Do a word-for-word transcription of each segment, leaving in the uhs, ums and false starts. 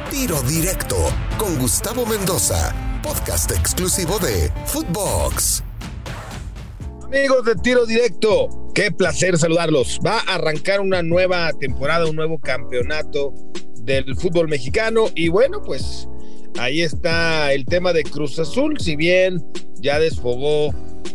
Tiro Directo con Gustavo Mendoza, podcast exclusivo de Footbox. Amigos de Tiro Directo, qué placer saludarlos. Va a arrancar una nueva temporada, un nuevo campeonato del fútbol mexicano y bueno, pues ahí está el tema de Cruz Azul. Si bien ya desfogó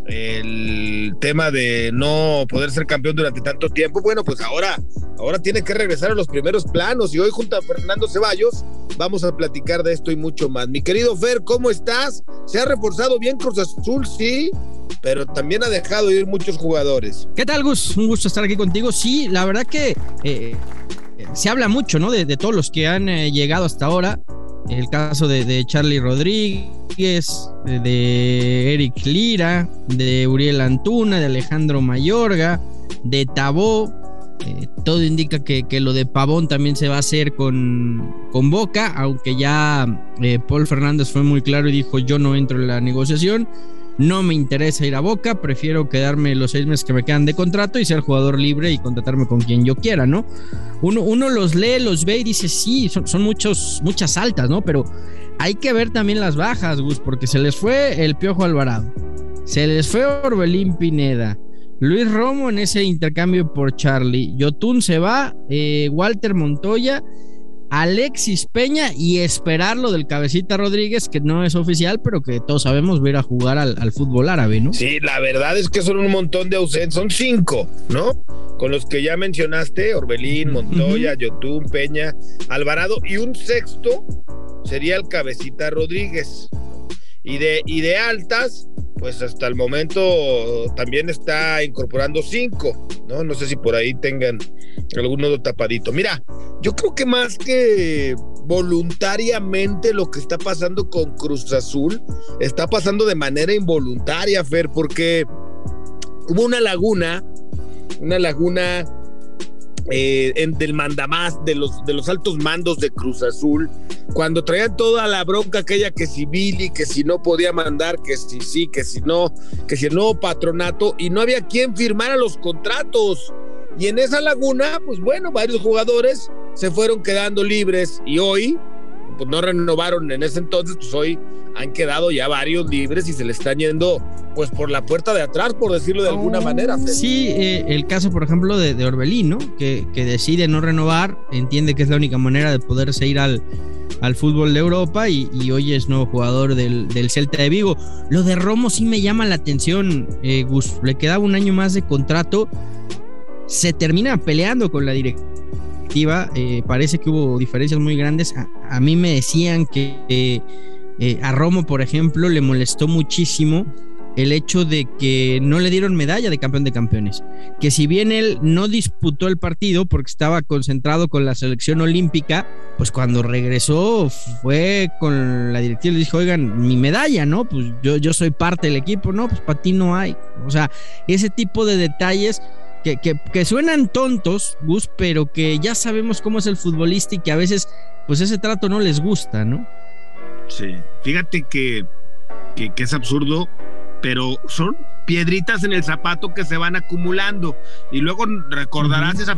el tema de no poder ser campeón durante tanto tiempo, bueno, pues ahora, ahora tiene que regresar a los primeros planos y hoy junto a Fernando Ceballos vamos a platicar de esto y mucho más. Mi querido Fer, ¿cómo estás? ¿Se ha reforzado bien Cruz Azul? Sí, pero también ha dejado ir muchos jugadores. ¿Qué tal, Gus? Un gusto estar aquí contigo. Sí, la verdad que eh, se habla mucho, ¿no? De, de todos los que han eh, llegado hasta ahora. El caso de, de Charlie Rodríguez, de, de Eric Lira, de Uriel Antuna, de Alejandro Mayorga, de Tabó. Eh, todo indica que, que lo de Pavón también se va a hacer con, con Boca, aunque ya eh, Paul Fernández fue muy claro y dijo: yo no entro en la negociación, no me interesa ir a Boca, prefiero quedarme los seis meses que me quedan de contrato y ser jugador libre y contratarme con quien yo quiera, ¿no? Uno, uno los lee, los ve y dice: sí, son, son muchos, muchas altas, ¿no? Pero hay que ver también las bajas, Gus, porque se les fue el Piojo Alvarado, se les fue Orbelín Pineda, Luis Romo en ese intercambio por Charlie, Yotun se va, eh, Walter Montoya, Alexis Peña y esperar lo del Cabecita Rodríguez, que no es oficial, pero que todos sabemos va a ir a jugar al, al fútbol árabe, ¿no? Sí, la verdad es que son un montón de ausentes, son cinco, ¿no? Con los que ya mencionaste, Orbelín, Montoya, uh-huh. Yotun, Peña, Alvarado, y un sexto sería el Cabecita Rodríguez. Y de, y de altas, pues hasta el momento también está incorporando cinco, ¿no? No sé si por ahí tengan algún nodo tapadito. Mira, yo creo que más que voluntariamente lo que está pasando con Cruz Azul, está pasando de manera involuntaria, Fer, porque hubo una laguna, una laguna eh, en, del mandamás, de los, de los altos mandos de Cruz Azul, cuando traían toda la bronca aquella que si Billy, que si no podía mandar, que si sí, que si no, que si el nuevo patronato, y no había quien firmara los contratos. Y en esa laguna, pues bueno, varios jugadores se fueron quedando libres y hoy, pues no renovaron en ese entonces, pues hoy han quedado ya varios libres y se le están yendo pues por la puerta de atrás, por decirlo de alguna manera. Sí, eh, el caso por ejemplo de, de Orbelín, ¿no? Que, que decide no renovar, entiende que es la única manera de poderse ir al, al fútbol de Europa y, y hoy es nuevo jugador del, del Celta de Vigo. Lo de Romo sí me llama la atención, eh, Gus, le quedaba un año más de contrato, se termina peleando con la directiva, eh, parece que hubo diferencias muy grandes. A, a mí me decían que eh, eh, a Romo, por ejemplo, le molestó muchísimo el hecho de que no le dieron medalla de campeón de campeones, que si bien él no disputó el partido porque estaba concentrado con la selección olímpica, pues cuando regresó fue con la directiva y le dijo: oigan, mi medalla, ¿no? Pues yo, yo soy parte del equipo, ¿no? Pues para ti no hay. O sea, ese tipo de detalles Que, que, que suenan tontos, Gus, pero que ya sabemos cómo es el futbolista y que a veces pues ese trato no les gusta, ¿no? Sí, fíjate que, que, que es absurdo, pero son piedritas en el zapato que se van acumulando y luego recordarás uh-huh. esa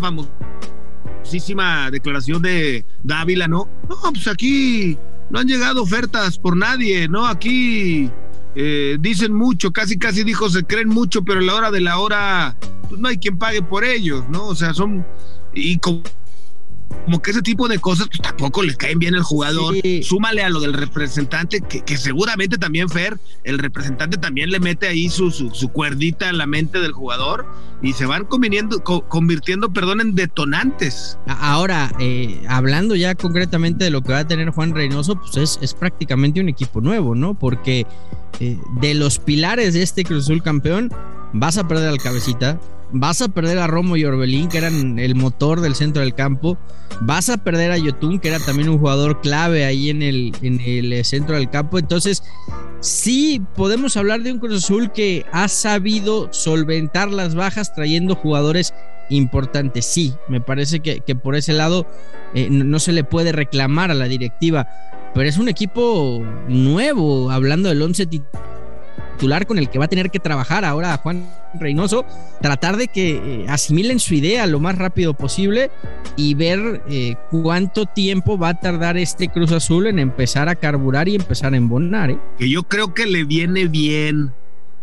famosísima declaración de Dávila, ¿no? No, pues aquí no han llegado ofertas por nadie, ¿no? Aquí eh, dicen mucho, casi casi dijo, se creen mucho, pero a la hora de la hora pues no hay quien pague por ellos, ¿no? O sea, son, y como, como que ese tipo de cosas pues tampoco le caen bien al jugador. Sí. Súmale a lo del representante, que, que seguramente también, Fer, el representante también le mete ahí su, su, su cuerdita en la mente del jugador y se van conviniendo, co- convirtiendo, perdón, en detonantes. Ahora, eh, hablando ya concretamente de lo que va a tener Juan Reynoso, pues es, es prácticamente un equipo nuevo, ¿no? Porque eh, de los pilares de este Cruz Azul campeón, vas a perder al Cabecita, vas a perder a Romo y Orbelín, que eran el motor del centro del campo, vas a perder a Yotun, que era también un jugador clave ahí en el, en el centro del campo. Entonces sí podemos hablar de un Cruz Azul que ha sabido solventar las bajas trayendo jugadores importantes. Sí, me parece que, que por ese lado eh, no, no se le puede reclamar a la directiva, pero es un equipo nuevo, hablando del once titular titular con el que va a tener que trabajar ahora Juan Reynoso, tratar de que eh, asimilen su idea lo más rápido posible y ver eh, cuánto tiempo va a tardar este Cruz Azul en empezar a carburar y empezar a embonar. ¿eh? Que yo creo que le viene bien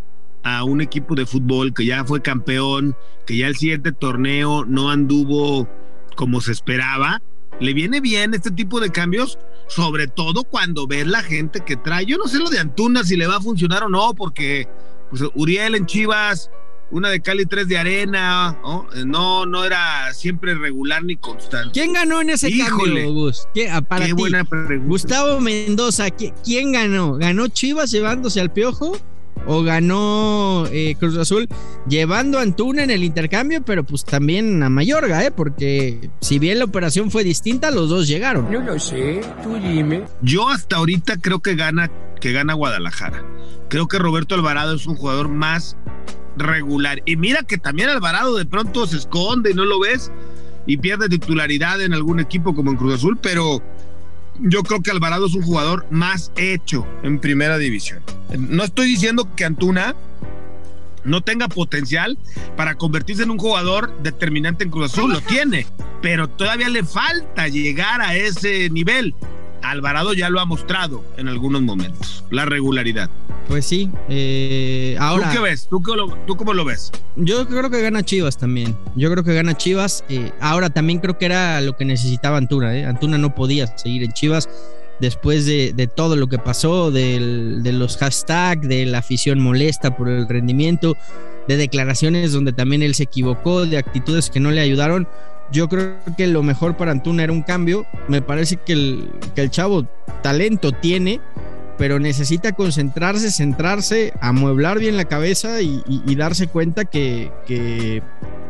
a un equipo de fútbol que ya fue campeón, que ya el siguiente torneo no anduvo como se esperaba. Le viene bien este tipo de cambios, sobre todo cuando ves la gente que trae. Yo no sé lo de Antuna si le va a funcionar o no, porque pues, Uriel en Chivas, una de cal y tres de arena, ¿no? No, no era siempre regular ni constante. ¿Quién ganó en ese Híjole, cambio, Gus? ¿Qué, para qué ti, buena pregunta. Gustavo Mendoza, ¿quién ganó? ¿Ganó Chivas llevándose al Piojo? ¿O ganó eh, Cruz Azul llevando a Antuna en el intercambio, pero pues también a Mayorga, ¿eh? Porque si bien la operación fue distinta, los dos llegaron. No lo sé, tú dime. Yo hasta ahorita creo que gana, que gana Guadalajara. Creo que Roberto Alvarado es un jugador más regular. Y mira que también Alvarado de pronto se esconde y no lo ves y pierde titularidad en algún equipo como en Cruz Azul, pero yo creo que Alvarado es un jugador más hecho en primera división. No estoy diciendo que Antuna no tenga potencial para convertirse en un jugador determinante en Cruz Azul, lo tiene, pero todavía le falta llegar a ese nivel. Alvarado ya lo ha mostrado en algunos momentos, la regularidad. Pues sí, eh, ahora... ¿Tú qué ves? ¿Tú, lo, ¿Tú cómo lo ves? Yo creo que gana Chivas también. Yo creo que gana Chivas. Eh, ahora también creo que era lo que necesitaba Antuna. ¿eh? Antuna no podía seguir en Chivas después de, de todo lo que pasó, del, de los hashtags, de la afición molesta por el rendimiento, de declaraciones donde también él se equivocó, de actitudes que no le ayudaron. Yo creo que lo mejor para Antuna era un cambio. Me parece que el, que el chavo talento tiene, pero necesita concentrarse, centrarse, amueblar bien la cabeza y, y, y darse cuenta que, que,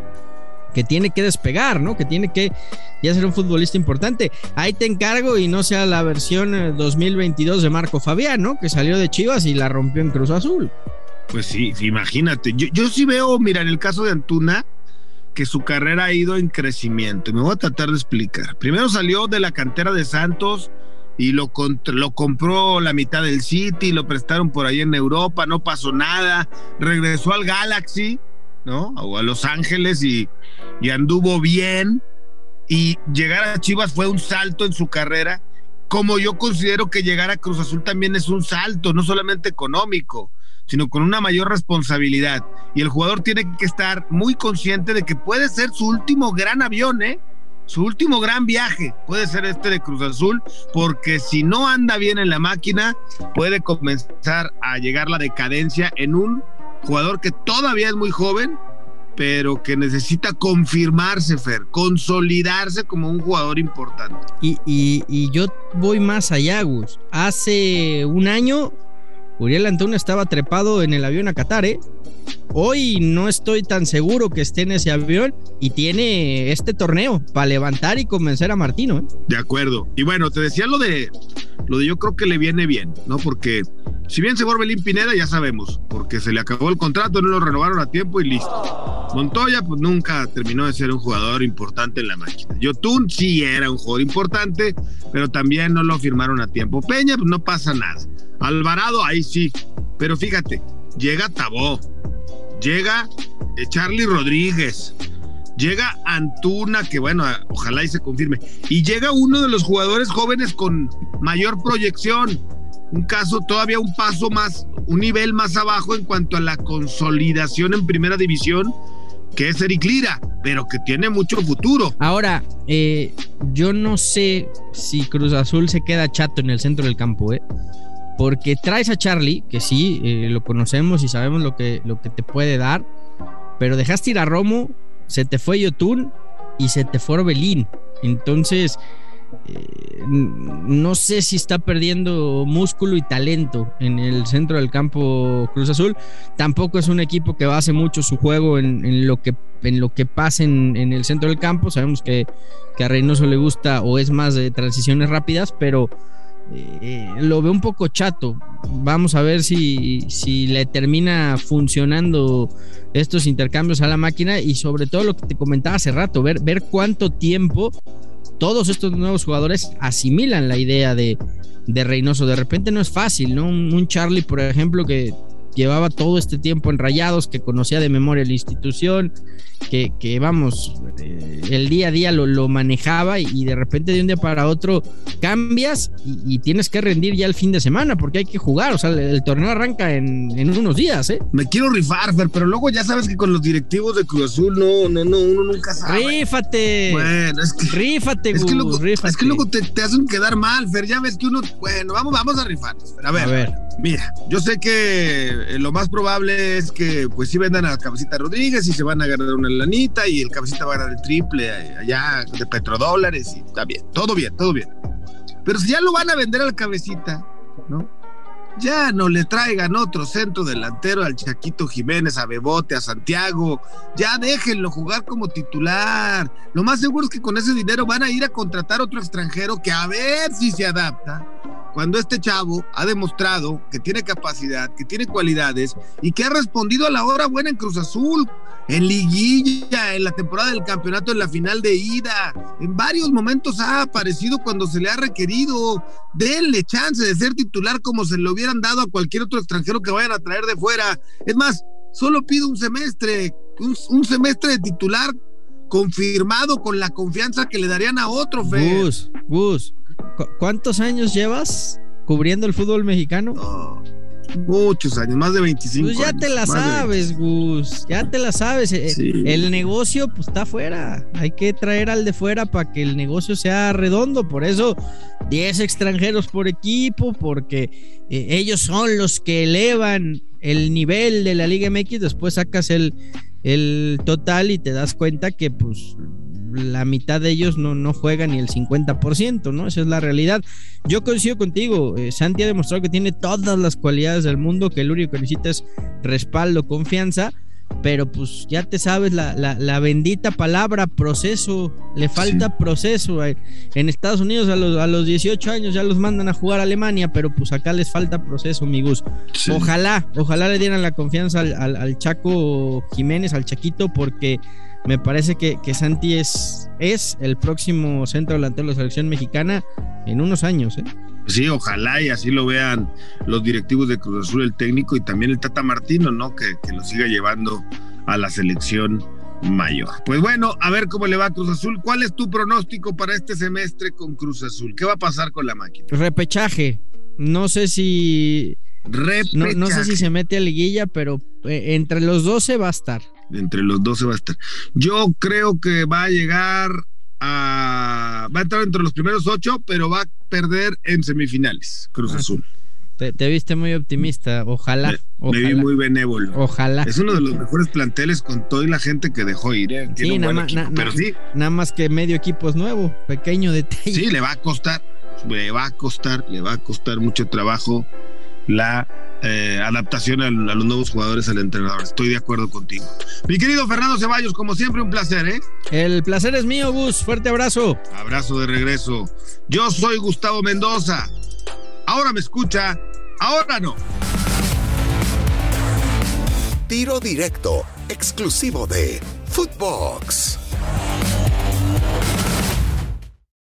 que tiene que despegar, ¿no? Que tiene que ya ser un futbolista importante. Ahí te encargo y no sea la versión dos mil veintidós de Marco Fabián, ¿no? Que salió de Chivas y la rompió en Cruz Azul. Pues sí, imagínate. Yo, yo sí veo, mira, en el caso de Antuna, que su carrera ha ido en crecimiento. Me voy a tratar de explicar. Primero salió de la cantera de Santos y lo, contra, lo compró la mitad del City, lo prestaron por ahí en Europa, no pasó nada, regresó al Galaxy, ¿no? O a Los Ángeles y, y anduvo bien, y llegar a Chivas fue un salto en su carrera, como yo considero que llegar a Cruz Azul también es un salto, no solamente económico, sino con una mayor responsabilidad, y el jugador tiene que estar muy consciente de que puede ser su último gran avión, ¿eh? Su último gran viaje puede ser este de Cruz Azul, porque si no anda bien en la máquina, puede comenzar a llegar la decadencia en un jugador que todavía es muy joven, pero que necesita confirmarse, Fer, consolidarse como un jugador importante. Y, y, y yo voy más allá, Gus. Hace un año, Uriel Antuna estaba trepado en el avión a Qatar, ¿eh? Hoy no estoy tan seguro que esté en ese avión y tiene este torneo para levantar y convencer a Martino, ¿eh? De acuerdo. Y bueno, te decía lo de lo de yo creo que le viene bien, ¿no? Porque si bien se fue Orbelín Pineda, ya sabemos, porque se le acabó el contrato, no lo renovaron a tiempo y listo. Montoya, pues nunca terminó de ser un jugador importante en la máquina. Yotun sí era un jugador importante, pero también no lo firmaron a tiempo. Peña, pues no pasa nada. Alvarado, ahí sí. Pero fíjate, llega Tabó, llega eh, Charly Rodríguez, llega Antuna, que bueno, ojalá y se confirme, y llega uno de los jugadores jóvenes con mayor proyección, un caso todavía un paso más, un nivel más abajo en cuanto a la consolidación en primera división, que es Eric Lira, pero que tiene mucho futuro. Ahora, eh, yo no sé si Cruz Azul se queda chato en el centro del campo, ¿eh? Porque traes a Charly, que sí, eh, lo conocemos y sabemos lo que, lo que te puede dar, pero dejaste ir a Romo, se te fue Yotun y se te fue Orbelín. Entonces, eh, no sé si está perdiendo músculo y talento en el centro del campo Cruz Azul. Tampoco es un equipo que base mucho su juego en, en lo que en lo que pasa en, en el centro del campo. Sabemos que, que a Reynoso le gusta o es más de transiciones rápidas, pero Eh, lo veo un poco chato. Vamos a ver si, si le termina funcionando estos intercambios a la máquina, y sobre todo lo que te comentaba hace rato, ver, ver cuánto tiempo todos estos nuevos jugadores asimilan la idea de, de Reynoso. De repente no es fácil, ¿no? Un, un Charly, por ejemplo, que llevaba todo este tiempo en Rayados, que conocía de memoria la institución, que, que vamos, eh, el día a día lo, lo manejaba y, y de repente de un día para otro cambias y, y tienes que rendir ya el fin de semana porque hay que jugar, o sea, el, el torneo arranca en, en unos días, ¿eh? Me quiero rifar, Fer, pero luego ya sabes que con los directivos de Cruz Azul, no, no, no, uno nunca sabe. ¡Rífate! Bueno, es que... ¡Rífate, es que luego, rífate. Es que luego te, te hacen quedar mal, Fer, ya ves que uno, bueno, vamos, vamos a rifarnos. A ver, a ver, mira, yo sé que lo más probable es que pues sí vendan a Cabecita Rodríguez y se van a ganar una lanita y el Cabecita va a ganar el triple allá de petrodólares y está bien, todo bien, todo bien. Pero si ya lo van a vender al Cabecita, ¿no? Ya no le traigan otro centro delantero al Chaquito Jiménez, a Bebote, a Santiago. Ya déjenlo jugar como titular. Lo más seguro es que con ese dinero van a ir a contratar otro extranjero que a ver si se adapta. Cuando este chavo ha demostrado que tiene capacidad, que tiene cualidades y que ha respondido a la hora buena en Cruz Azul, en liguilla, en la temporada del campeonato, en la final de ida, en varios momentos ha aparecido cuando se le ha requerido. Denle chance de ser titular como se lo hubieran dado a cualquier otro extranjero que vayan a traer de fuera. Es más, solo pido un semestre, un, un semestre de titular confirmado con la confianza que le darían a otro, Fer. Gus, Gus, ¿cuántos años llevas cubriendo el fútbol mexicano? Oh, muchos años, más de veinticinco Pues ya años, te la sabes, Gus, ya te la sabes. Sí. El negocio pues está afuera, hay que traer al de fuera para que el negocio sea redondo, por eso diez extranjeros por equipo, porque eh, ellos son los que elevan el nivel de la Liga M X, después sacas el, el total y te das cuenta que pues la mitad de ellos no, no juegan ni el cincuenta por ciento, ¿no? Esa es la realidad. Yo coincido contigo, eh, Santi ha demostrado que tiene todas las cualidades del mundo, que lo único que necesita es respaldo, confianza, pero pues ya te sabes la, la, la bendita palabra proceso, le falta sí. proceso. En Estados Unidos a los, a los dieciocho años ya los mandan a jugar a Alemania, pero pues acá les falta proceso, mi Gus. Sí. Ojalá, ojalá le dieran la confianza al, al, al Chaco Jiménez, al Chaquito, porque me parece que, que Santi es, es el próximo centro delantero de la selección mexicana en unos años, ¿eh? Sí, ojalá y así lo vean los directivos de Cruz Azul, el técnico y también el Tata Martino, ¿no? Que, que lo siga llevando a la selección mayor. Pues bueno, a ver cómo le va a Cruz Azul. ¿Cuál es tu pronóstico para este semestre con Cruz Azul? ¿Qué va a pasar con la máquina? Repechaje. No sé si... Repechaje. No, no sé si se mete a liguilla, pero eh, entre los doce va a estar. Entre los doce va a estar. Yo creo que va a llegar a... Va a entrar entre los primeros ocho, pero va a perder en semifinales, Cruz Azul. Te, te viste muy optimista, ojalá. Me, ojalá. me vi muy benévolo. Ojalá. Es uno de los mejores planteles con toda la gente que dejó ir, ¿eh? Tiene sí, un nada, buen más, equipo, na, pero na, sí. Nada más que medio equipo es nuevo, pequeño detalle. Sí, le va a costar, le va a costar, le va a costar mucho trabajo la eh, adaptación a, a los nuevos jugadores, al entrenador. Estoy de acuerdo contigo. Mi querido Fernando Ceballos, como siempre, un placer, ¿eh? El placer es mío, Gus. Fuerte abrazo. Abrazo de regreso. Yo soy Gustavo Mendoza. Ahora me escucha, ahora no. Tiro directo, exclusivo de Footbox.